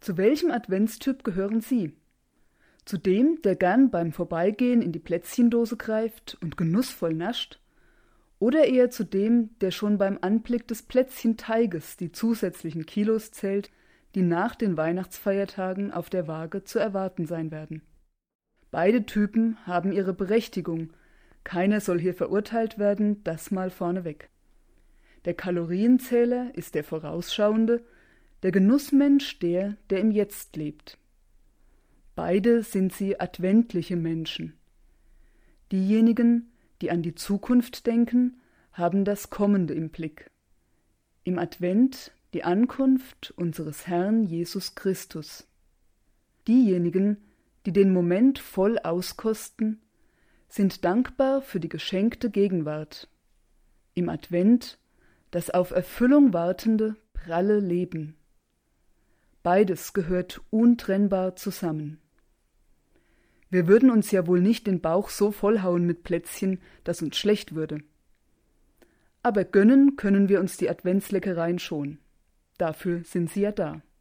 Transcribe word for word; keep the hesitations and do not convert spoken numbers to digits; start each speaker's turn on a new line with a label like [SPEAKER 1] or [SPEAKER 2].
[SPEAKER 1] Zu welchem Adventstyp gehören Sie? Zu dem, der gern beim Vorbeigehen in die Plätzchendose greift und genussvoll nascht? Oder eher zu dem, der schon beim Anblick des Plätzchenteiges die zusätzlichen Kilos zählt, die nach den Weihnachtsfeiertagen auf der Waage zu erwarten sein werden? Beide Typen haben ihre Berechtigung. Keiner soll hier verurteilt werden, das mal vorneweg. Der Kalorienzähler ist der Vorausschauende, der Genussmensch der, der im Jetzt lebt. Beide sind sie adventliche Menschen. Diejenigen, die an die Zukunft denken, haben das Kommende im Blick. Im Advent die Ankunft unseres Herrn Jesus Christus. Diejenigen, die den Moment voll auskosten, sind dankbar für die geschenkte Gegenwart. Im Advent das auf Erfüllung wartende, pralle Leben. Beides gehört untrennbar zusammen. Wir würden uns ja wohl nicht den Bauch so vollhauen mit Plätzchen, dass uns schlecht würde. Aber gönnen können wir uns die Adventsleckereien schon. Dafür sind sie ja da.